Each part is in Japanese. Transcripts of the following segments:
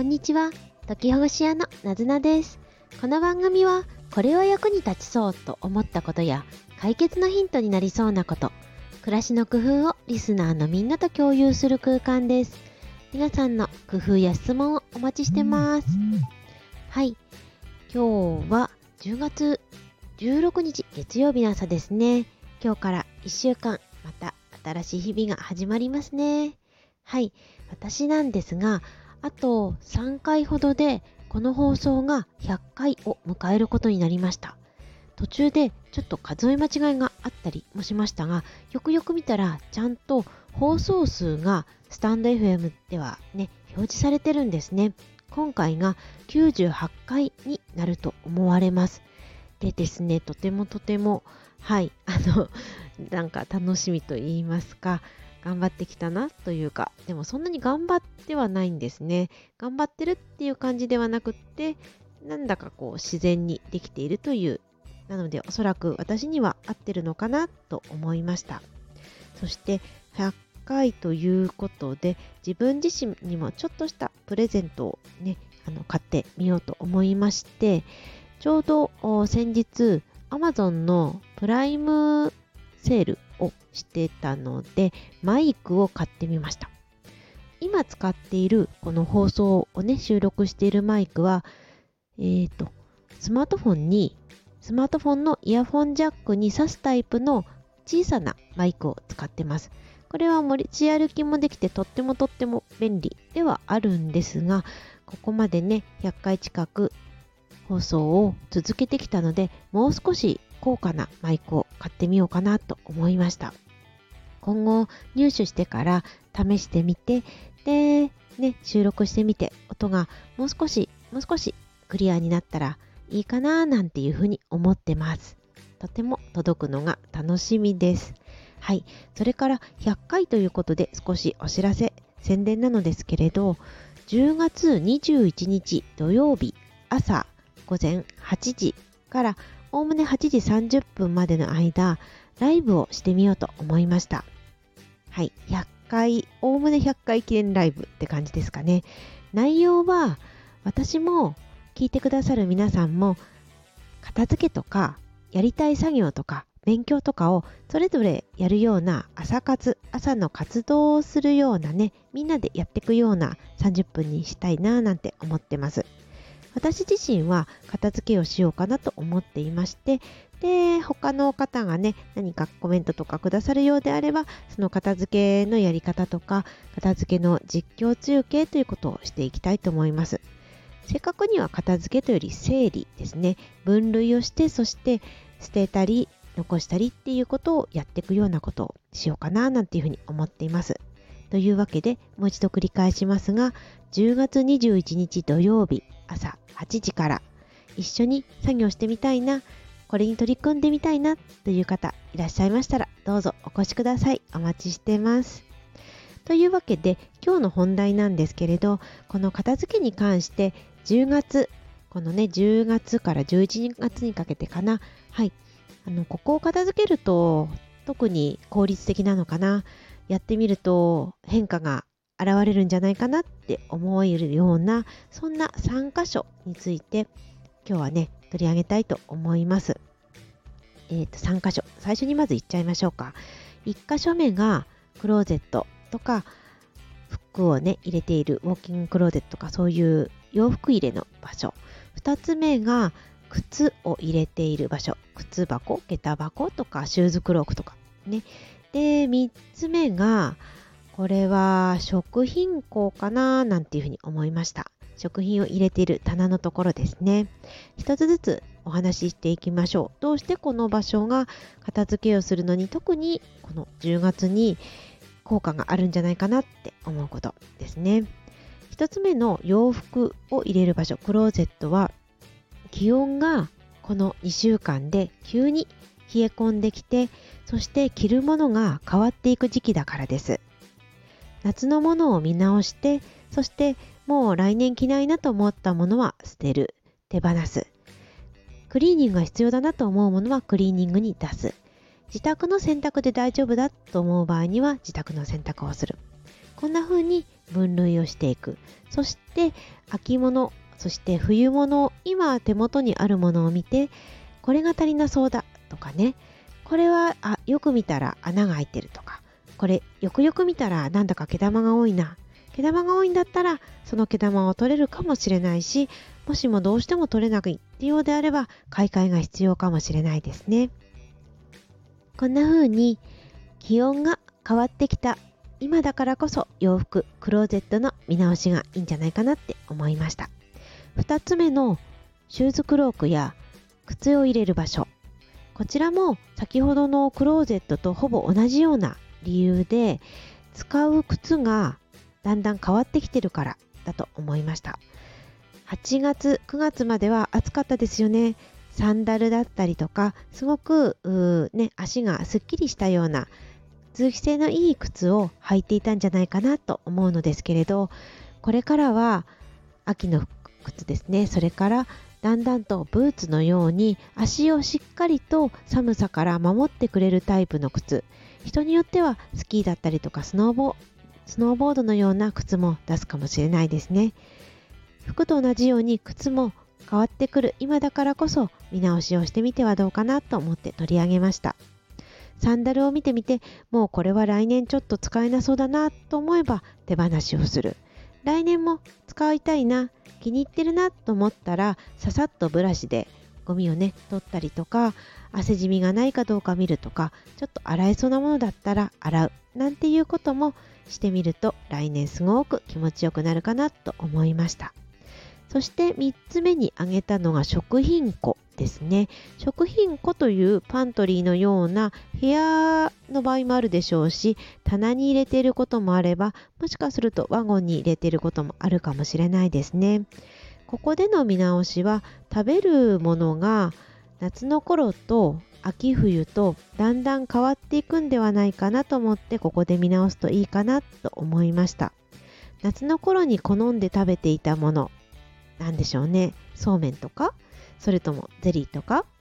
こんにちは、解きほぐし屋のなずなです。この番組はこれは役に立ちそうと思ったことや解決のヒントになりそうなこと、暮らしの工夫をリスナーのみんなと共有する空間です。皆さんの工夫や質問をお待ちしてます。はい、今日は10月16日月曜日の朝ですね。今日から1週間また新しい日々が始まりますね。はい、私なんですが、あと3回ほどでこの放送が100回を迎えることになりました。途中でちょっと数え間違いがあったりもしましたが、よくよく見たらちゃんと放送数がスタンド FM ではね、表示されてるんですね。今回が98回になると思われます。でですね、とてもはい、なんか楽しみと言いますか、頑張ってきたなというか、でもそんなに頑張ってはないんですね。頑張ってるっていう感じではなくって、なんだかこう自然にできているという、なのでおそらく私には合ってるのかなと思いました。そして100回ということで、自分自身にもちょっとしたプレゼントをね、買ってみようと思いまして、ちょうど先日 Amazon のプライムセールをしてたので、マイクを買ってみました。今使っているこの放送をね、収録しているマイクは、スマートフォンのイヤホンジャックに挿すタイプの小さなマイクを使ってます。これは持ち歩きもできてとっても便利ではあるんですが、ここまでね、100回近く放送を続けてきたので、もう少し高価なマイクを買ってみようかなと思いました。今後入手してから試してみて、でね、収録してみて、音がもう少しクリアになったらいいかななんていうふうに思ってます。とても届くのが楽しみです。はい、それから100回ということで少しお知らせ、宣伝なのですけれど、10月21日土曜日朝午前8時からおおむね8時30分までの間、ライブをしてみようと思いました。はい、おおむね100回記念ライブって感じですかね。内容は私も聞いてくださる皆さんも、片付けとかやりたい作業とか勉強とかをそれぞれやるような朝の活動をするようなね、みんなでやっていくような30分にしたいななんて思ってます。私自身は片付けをしようかなと思っていまして、で、他の方がね、何かコメントとかくださるようであれば、その片付けのやり方とか、片付けの実況中継ということをしていきたいと思います。正確には片付けというより整理ですね。分類をして、そして捨てたり残したりっていうことをやっていくようなことをしようかななんていうふうに思っています。というわけで、もう一度繰り返しますが、10月21日土曜日朝8時から一緒に作業してみたいな、これに取り組んでみたいなという方いらっしゃいましたら、どうぞお越しください。お待ちしてます。というわけで、今日の本題なんですけれど、この片付けに関して10月から11月にかけてかな。はい。ここを片付けると特に効率的なのかな。やってみると変化が現れるんじゃないかなって思えるような、そんな3箇所について今日はね、取り上げたいと思います。3箇所。最初にまず言っちゃいましょうか。1箇所目がクローゼットとか服をね、入れているウォーキングクローゼットとか、そういう洋服入れの場所。2つ目が靴を入れている場所。靴箱、下駄箱とかシューズクロークとかね。で、3つ目が、これは食品庫かななんていうふうに思いました。食品を入れている棚のところですね。一つずつお話ししていきましょう。どうしてこの場所が片付けをするのに、特にこの10月に効果があるんじゃないかなって思うことですね。一つ目の洋服を入れる場所、クローゼットは、気温がこの2週間で急に冷え込んできて、そして着るものが変わっていく時期だからです。夏のものを見直して、そしてもう来年着ないなと思ったものは捨てる、手放す。クリーニングが必要だなと思うものはクリーニングに出す。自宅の洗濯で大丈夫だと思う場合には自宅の洗濯をする。こんな風に分類をしていく。そして秋物、そして冬物、今手元にあるものを見て、これが足りなそうだとかね、これはよく見たら穴が開いてるとか、これよくよく見たらなんだか毛玉が多いな、毛玉が多いんだったらその毛玉を取れるかもしれないし、もしもどうしても取れないっていうようであれば買い替えが必要かもしれないですね。こんな風に気温が変わってきた今だからこそ洋服、クローゼットの見直しがいいんじゃないかなって思いました。2つ目のシューズクロークや靴を入れる場所、こちらも先ほどのクローゼットとほぼ同じような理由で、使う靴がだんだん変わってきてるからだと思いました。8月9月までは暑かったですよね。サンダルだったりとか、すごく足がすっきりしたような通気性のいい靴を履いていたんじゃないかなと思うのですけれど、これからは秋の靴ですね。それからだんだんとブーツのように足をしっかりと寒さから守ってくれるタイプの靴、人によってはスキーだったりとかスノーボードのような靴も出すかもしれないですね。服と同じように靴も変わってくる今だからこそ見直しをしてみてはどうかなと思って取り上げました。サンダルを見てみて、もうこれは来年ちょっと使えなそうだなと思えば手放しをする。来年も使いたいな、気に入ってるなと思ったらささっとブラシでゴミを取ったりとか、汗じみがないかどうか見るとか、ちょっと洗えそうなものだったら洗うなんていうこともしてみると、来年すごく気持ちよくなるかなと思いました。そして3つ目に挙げたのが食品庫ですね。食品庫というパントリーのような部屋の場合もあるでしょうし、棚に入れていることもあれば、もしかするとワゴンに入れていることもあるかもしれないですね。ここでの見直しは、食べるものが夏の頃と秋冬とだんだん変わっていくんではないかなと思って、ここで見直すといいかなと思いました。夏の頃に好んで食べていたもの、なんでしょうね、そうめんとか、それともゼリーとか、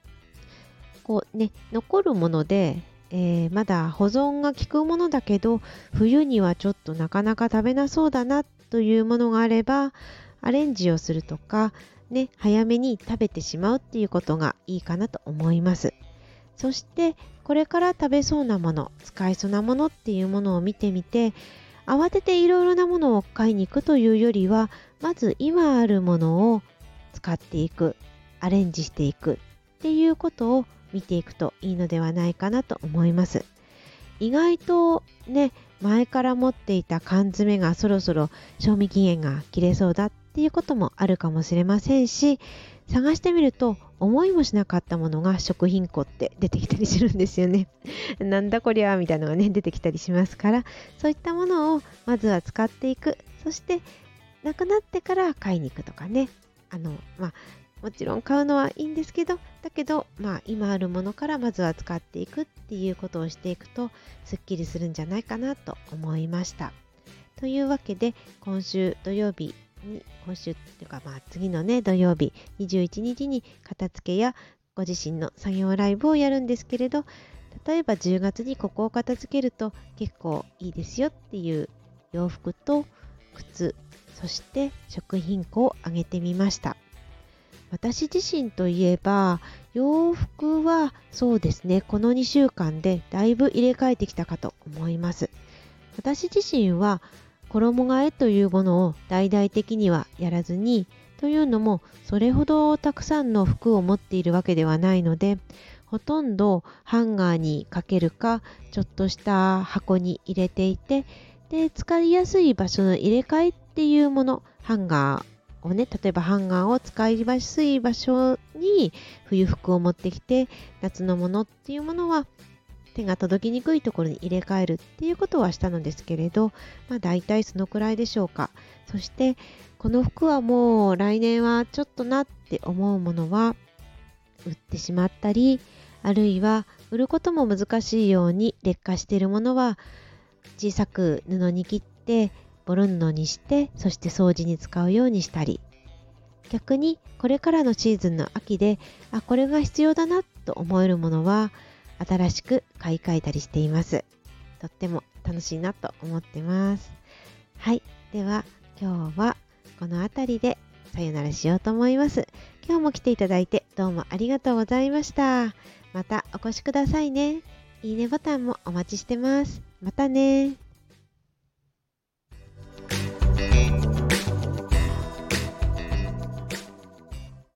残るもので、まだ保存が効くものだけど冬にはちょっとなかなか食べなそうだなというものがあれば、アレンジをするとか早めに食べてしまうっていうことがいいかなと思います。そしてこれから食べそうなもの、使えそうなものっていうものを見てみて、慌てていろいろなものを買いに行くというよりは、まず今あるものを使っていく、アレンジしていくっていうことを見ていくといいのではないかなと思います。意外と前から持っていた缶詰がそろそろ賞味期限が切れそうだっていうこともあるかもしれませんし、探してみると思いもしなかったものが食品庫って出てきたりするんですよね。なんだこりゃみたいなのが出てきたりしますから、そういったものをまずは使っていく。そしてなくなってから買いに行くとかもちろん買うのはいいんですけど、だけど今あるものからまずは使っていくっていうことをしていくとすっきりするんじゃないかなと思いました。というわけで、今週っていうか次の土曜日21日に片付けやご自身の作業ライブをやるんですけれど、例えば10月にここを片付けると結構いいですよっていう洋服と靴、そして食品庫を挙げてみました。私自身といえば洋服はそうですね、この2週間でだいぶ入れ替えてきたかと思います。私自身は衣替えというものを大々的にはやらずに、というのもそれほどたくさんの服を持っているわけではないので、ほとんどハンガーにかけるかちょっとした箱に入れていて、で使いやすい場所の入れ替えっていうもの、ハンガーを例えばハンガーを使いやすい場所に冬服を持ってきて、夏のものっていうものは手が届きにくいところに入れ替えるっていうことはしたのですけれど、だいたいそのくらいでしょうか。そしてこの服はもう来年はちょっとなって思うものは売ってしまったり、あるいは売ることも難しいように劣化しているものは小さく布に切ってボロ布にして、そして掃除に使うようにしたり、逆にこれからのシーズンの秋でこれが必要だなと思えるものは新しく買い替えたりしています。とっても楽しいなと思ってます。 はい、では今日はこの辺りでさよならしようと思います。今日も来ていただいてどうもありがとうございました。またお越しくださいね。いいねボタンもお待ちしてます。またね。